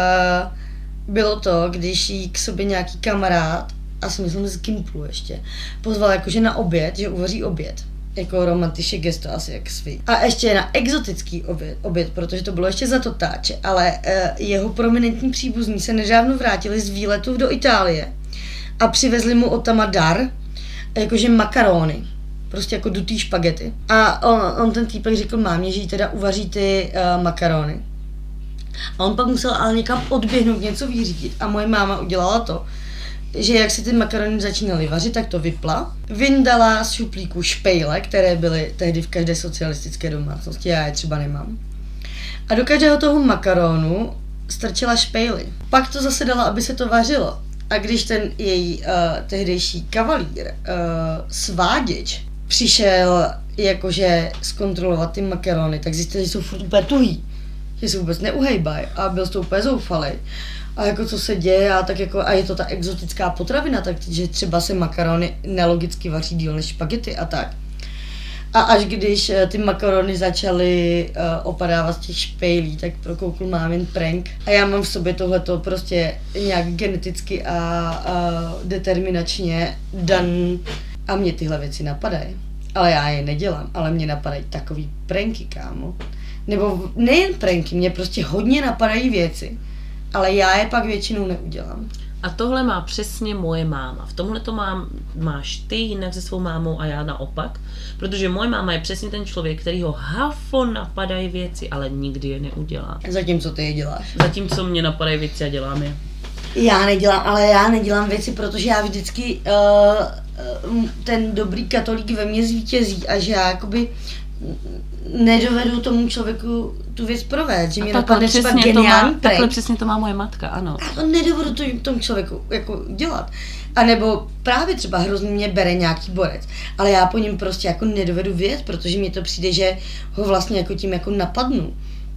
bylo to, když jí k sobě nějaký kamarád, a si myslím z Gimplu ještě, pozval jakože na oběd, že uvaří oběd. Jako romantické gesto asi jak svý. A ještě na exotický oběd, protože to bylo ještě za totáče, ale jeho prominentní příbuzní se nedávno vrátili z výletu do Itálie a přivezli mu odtama dar, jakože makarony, prostě jako dutý špagety. A on ten týpek řekl mámě, že jí teda uvaří ty makarony. A on pak musel ale někam odběhnout, něco vyřídit a moje máma udělala to, že jak si ty makarony začínaly vařit, tak to vypla. Vyndala z šuplíku špejle, které byly tehdy v každé socialistické domácnosti, já je třeba nemám. A do každého toho makaronu strčila špejly. Pak to zase dala, aby se to vařilo. A když ten její tehdejší kavalír, sváděč, přišel jakože zkontrolovat ty makarony, tak zjistil, že jsou furt úplně tuhý, že se vůbec neuhejbají a byl z toho úplně zoufalej. A jako co se děje a tak jako, a je to ta exotická potravina, takže třeba se makarony nelogicky vaří díl než špagety a tak. A až když ty makarony začaly opadávat z těch špejlí, tak prokoukl mámin prank. A já mám v sobě tohleto prostě nějak geneticky a determinačně dan a mě tyhle věci napadají. Ale já je nedělám, ale mě napadají takový pranky, kámo. Nebo nejen pranky, mě prostě hodně napadají věci. Ale já je pak většinou neudělám. A tohle má přesně moje máma. V tomhle to máš ty jinak se svou mámou a já naopak. Protože moje máma je přesně ten člověk, který ho hafo napadají věci, ale nikdy je neudělá. Zatímco ty je děláš. Zatímco mě napadají věci a dělám je. Já nedělám věci, protože já vždycky ten dobrý katolík ve mně zvítězí a že já jakoby nedovedu tomu člověku tu věc provést, že mě napadne třeba geniální prank. Takhle přesně to má moje matka, ano. A to nedovedu tomu člověku jako dělat. A nebo právě třeba hrozně mě bere nějaký borec, ale já po něm prostě jako nedovedu věc, protože mně to přijde, že ho vlastně jako tím jako napadnu.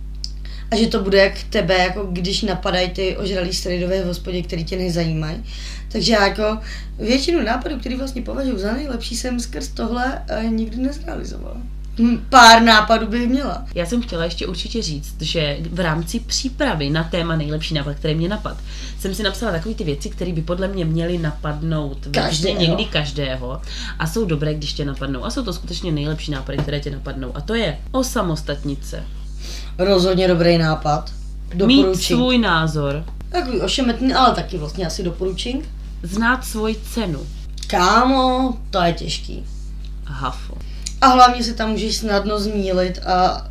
A že to bude jak tebe, jako když napadají ty ožralý strejdové v hospodě, který tě nezajímají. Takže já jako většinu nápadů, který vlastně považuji za nejlepší, jsem skrz tohle nikdy nezrealizovala. Pár nápadů bych měla. Já jsem chtěla ještě určitě říct, že v rámci přípravy na téma nejlepší nápad, který mě napad, jsem si napsala takové ty věci, které by podle mě měly napadnout někdy každého a jsou dobré, když tě napadnou. A jsou to skutečně nejlepší nápady, které tě napadnou. A to je osamostatnit se. Rozhodně dobrý nápad. Mít svůj názor. Takový ošemetný, ale taky vlastně asi doporučím. Znát svoji cenu. Kámo, to je těžký. Hafo. A hlavně se tam můžeš snadno zmýlit a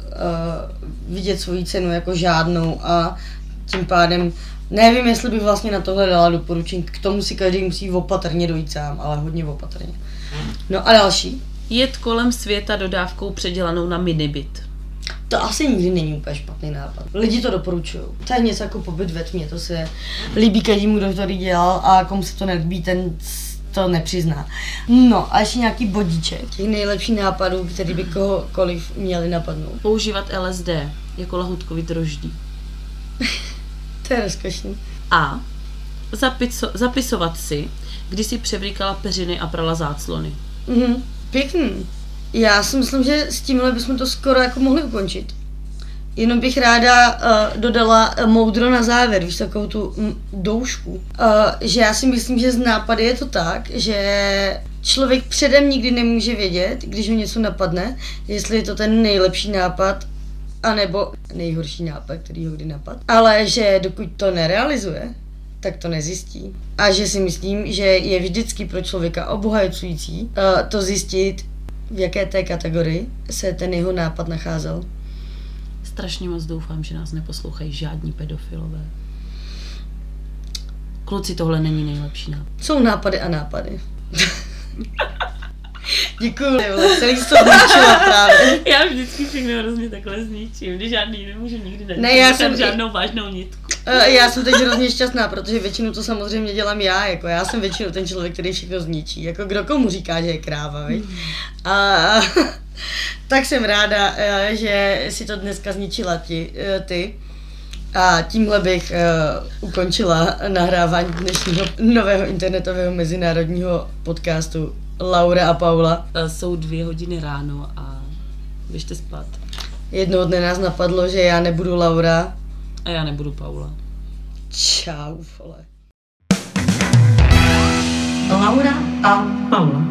vidět svoji cenu jako žádnou a tím pádem nevím, jestli bych vlastně na tohle dala doporučení. K tomu si každý musí opatrně dojít sám, ale hodně opatrně. No a další? Jet kolem světa dodávkou předělanou na minibyt. To asi nikdy není úplně špatný nápad. Lidi to doporučují. To je něco jako pobyt ve tmě, to se líbí každému, kdo to dělal a komu se to nelíbí, ten to nepřizná. No a ještě nějaký bodíček. Těch nejlepších nápadů, který by kohokoliv měli napadnout. Používat LSD jako lahůdkový droždí. To je rozkošný. A zapisovat si, kdy si převlíkala peřiny a prala záclony. Pěkný. Já si myslím, že s tímhle bychom to skoro jako mohli ukončit. Jenom bych ráda dodala moudro na závěr, víš, takovou tu doušku. Že já si myslím, že z nápady je to tak, že člověk předem nikdy nemůže vědět, když ho něco napadne, jestli je to ten nejlepší nápad, anebo nejhorší nápad, který ho kdy napadl. Ale že dokud to nerealizuje, tak to nezjistí. A že si myslím, že je vždycky pro člověka obohacující to zjistit, v jaké té kategorii se ten jeho nápad nacházel. Strašně moc doufám, že nás neposlouchají žádní pedofilové. Kluci, tohle není nejlepší nápad. Jsou nápady a nápady. Děkuju, celý jsi to zničila právě. Já vždycky všechno hrozně takhle zničím, když žádný nemůžu nikdy najít. Ne, já jsem žádnou vážnou nitku. Já jsem teď hrozně šťastná, protože většinu to samozřejmě dělám já, jako já jsem většinou ten člověk, který všechno zničí, jako kdo komu říká, že je kráva, viď? A tak jsem ráda, že si to dneska zničila ty. A tímhle bych ukončila nahrávání dnešního nového internetového mezinárodního podcastu Laura a Paula. Jsou 2 hodiny ráno a běžte spát. Jednoho dne nás napadlo, že já nebudu Laura. A já nebudu Paula. Čau, vole. Laura a Paula.